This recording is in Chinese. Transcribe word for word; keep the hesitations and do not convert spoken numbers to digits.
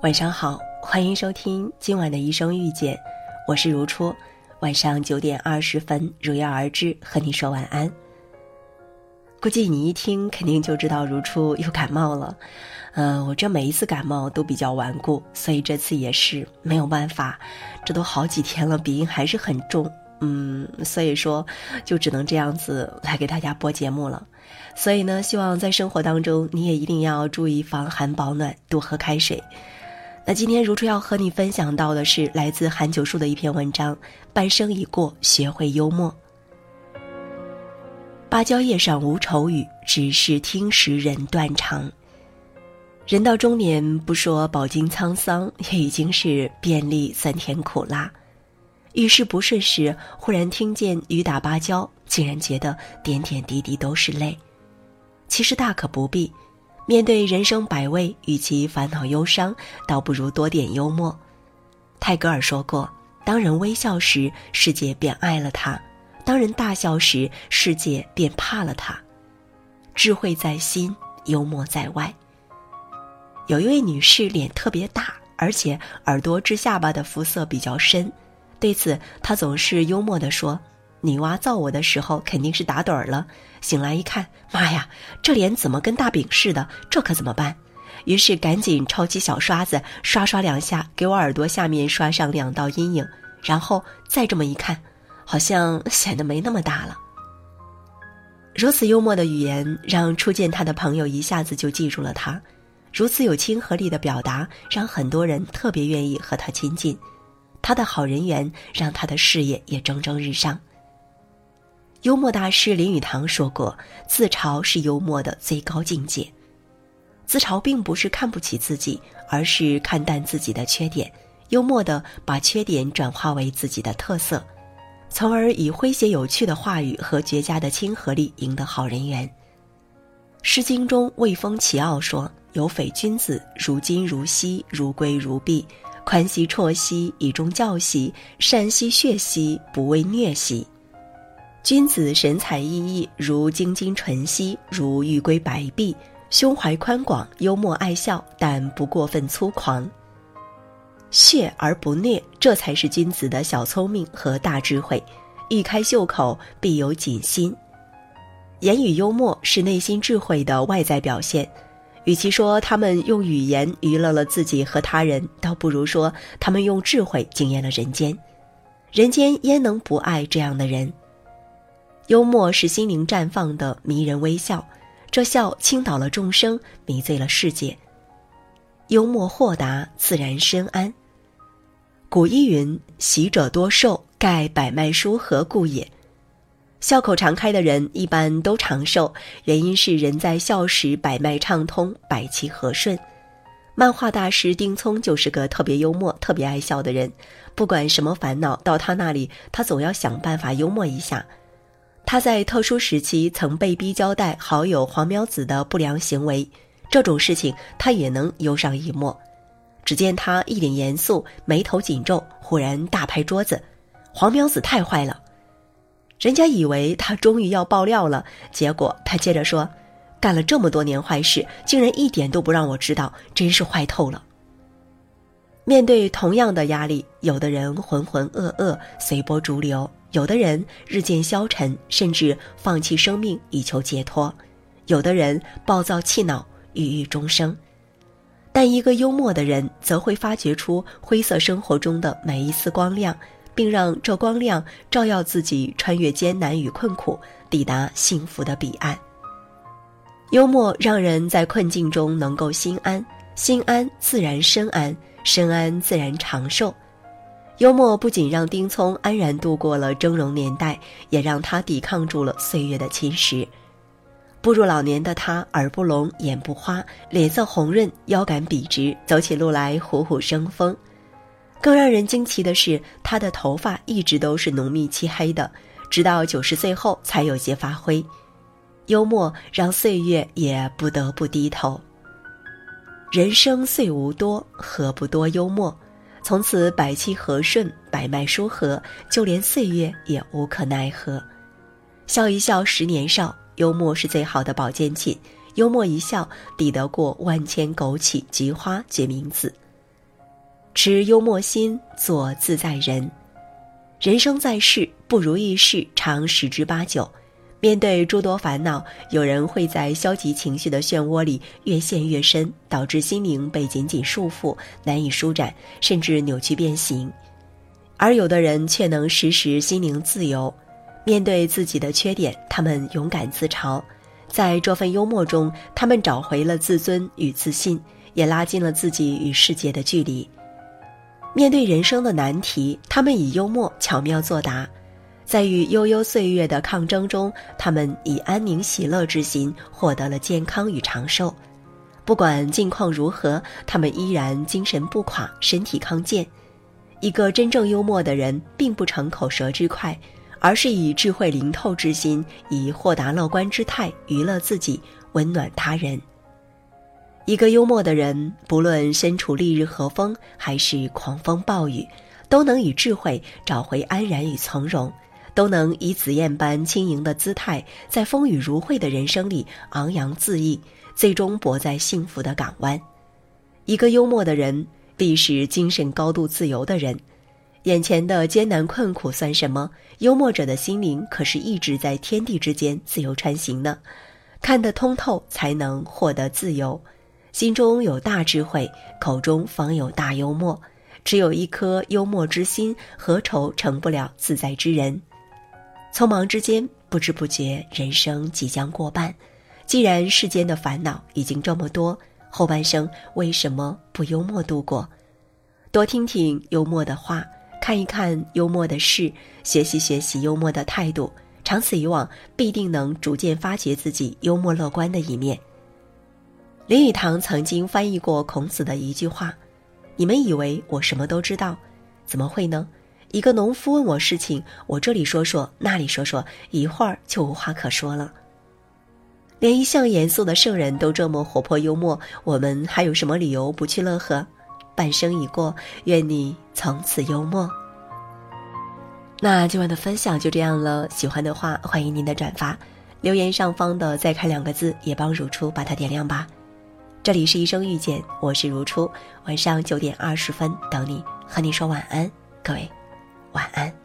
晚上好，欢迎收听今晚的一生遇见，我是如初，晚上九点二十分如约而至，和你说晚安。估计你一听肯定就知道如初又感冒了，呃，我这每一次感冒都比较顽固，所以这次也是没有办法，这都好几天了，鼻音还是很重，嗯，所以说就只能这样子来给大家播节目了。所以呢，希望在生活当中你也一定要注意防寒保暖，多喝开水。那今天如初要和你分享到的是来自韩九树的一篇文章，半生已过，学会幽默。芭蕉叶上无愁语，只是听时人断肠。人到中年，不说饱经沧桑，也已经是遍历酸甜苦辣。遇事不顺时，忽然听见雨打芭蕉，竟然觉得点点滴滴都是泪。其实大可不必，面对人生百味，与其烦恼忧伤，倒不如多点幽默。泰戈尔说过，当人微笑时，世界便爱了他；当人大笑时，世界便怕了他。智慧在心，幽默在外。有一位女士脸特别大，而且耳朵至下巴的肤色比较深，对此她总是幽默地说，女娲造我的时候肯定是打盹儿了，醒来一看，妈呀，这脸怎么跟大饼似的，这可怎么办？于是赶紧抄起小刷子，刷刷两下，给我耳朵下面刷上两道阴影，然后再这么一看，好像显得没那么大了。如此幽默的语言，让初见他的朋友一下子就记住了他。如此有亲和力的表达，让很多人特别愿意和他亲近。他的好人缘，让他的事业也蒸蒸日上。幽默大师林语堂说过，自嘲是幽默的最高境界。自嘲并不是看不起自己，而是看淡自己的缺点，幽默地把缺点转化为自己的特色，从而以诙谐有趣的话语和绝佳的亲和力赢得好人缘。诗经中魏风齐奥说，有匪君子，如金如锡，如圭如璧，宽兮啜兮，以忠教兮，善兮血兮，不畏疟兮。君子神采奕奕，如精金纯兮，如玉圭白璧，胸怀宽广，幽默爱笑，但不过分粗狂。血而不虐，这才是君子的小聪明和大智慧。一开袖口，必有锦心。言语幽默是内心智慧的外在表现，与其说他们用语言娱乐了自己和他人，倒不如说他们用智慧惊艳了人间。人间焉能不爱这样的人？幽默是心灵绽放的迷人微笑，这笑倾倒了众生，迷醉了世界。幽默豁达，自然深谙。古医云，喜者多寿，盖百脉舒和故也。笑口常开的人一般都长寿，原因是人在笑时百脉畅通，百气和顺。漫画大师丁聪就是个特别幽默、特别爱笑的人，不管什么烦恼，到他那里，他总要想办法幽默一下。他在特殊时期曾被逼交代好友黄苗子的不良行为，这种事情他也能幽上一默。只见他一脸严肃，眉头紧皱，忽然大拍桌子，黄苗子太坏了。人家以为他终于要爆料了，结果他接着说，干了这么多年坏事，竟然一点都不让我知道，真是坏透了。面对同样的压力，有的人浑浑噩噩，随波逐流，有的人日渐消沉，甚至放弃生命以求解脱，有的人暴躁气恼，郁郁终生。但一个幽默的人，则会发掘出灰色生活中的每一丝光亮，并让这光亮照耀自己，穿越艰难与困苦，抵达幸福的彼岸。幽默让人在困境中能够心安，心安自然身安，身安自然长寿。幽默不仅让丁聪安然度过了峥嵘年代，也让他抵抗住了岁月的侵蚀。步入老年的他，耳不聋，眼不花，脸色红润，腰杆笔直，走起路来虎虎生风。更让人惊奇的是，他的头发一直都是浓密漆黑的，直到九十岁后才有些发灰。幽默让岁月也不得不低头。人生虽无多，何不多幽默？从此百气和顺，百脉舒和，就连岁月也无可奈何。笑一笑十年少，幽默是最好的保健品，幽默一笑抵得过万千枸杞菊花决明子。 持幽默心，做自在人。人生在世，不如意事常十之八九。面对诸多烦恼，有人会在消极情绪的漩涡里越陷越深，导致心灵被紧紧束缚，难以舒展，甚至扭曲变形。而有的人却能时时心灵自由，面对自己的缺点，他们勇敢自嘲。在这份幽默中，他们找回了自尊与自信，也拉近了自己与世界的距离。面对人生的难题，他们以幽默巧妙作答。在与悠悠岁月的抗争中，他们以安宁喜乐之心获得了健康与长寿。不管境况如何，他们依然精神不垮，身体康健。一个真正幽默的人，并不逞口舌之快，而是以智慧灵透之心，以豁达乐观之态娱乐自己，温暖他人。一个幽默的人，不论身处烈日和风，还是狂风暴雨，都能以智慧找回安然与从容，都能以紫燕般轻盈的姿态，在风雨如晦的人生里昂扬恣意，最终泊在幸福的港湾。一个幽默的人，必是精神高度自由的人。眼前的艰难困苦算什么？幽默者的心灵可是一直在天地之间自由穿行呢。看得通透，才能获得自由。心中有大智慧，口中方有大幽默。只有一颗幽默之心，何愁成不了自在之人？匆忙之间，不知不觉人生即将过半。既然世间的烦恼已经这么多，后半生为什么不幽默度过？多听听幽默的话，看一看幽默的事，学习学习幽默的态度，长此以往，必定能逐渐发掘自己幽默乐观的一面。林语堂曾经翻译过孔子的一句话：你们以为我什么都知道，怎么会呢？一个农夫问我事情，我这里说说，那里说说，一会儿就无话可说了。连一向严肃的圣人都这么活泼幽默，我们还有什么理由不去乐呵？半生已过，愿你从此幽默。那今晚的分享就这样了，喜欢的话欢迎您的转发，留言上方的再看两个字也帮如初把它点亮吧。这里是一生遇见，我是如初，晚上九点二十分等你，和你说晚安，各位晚安。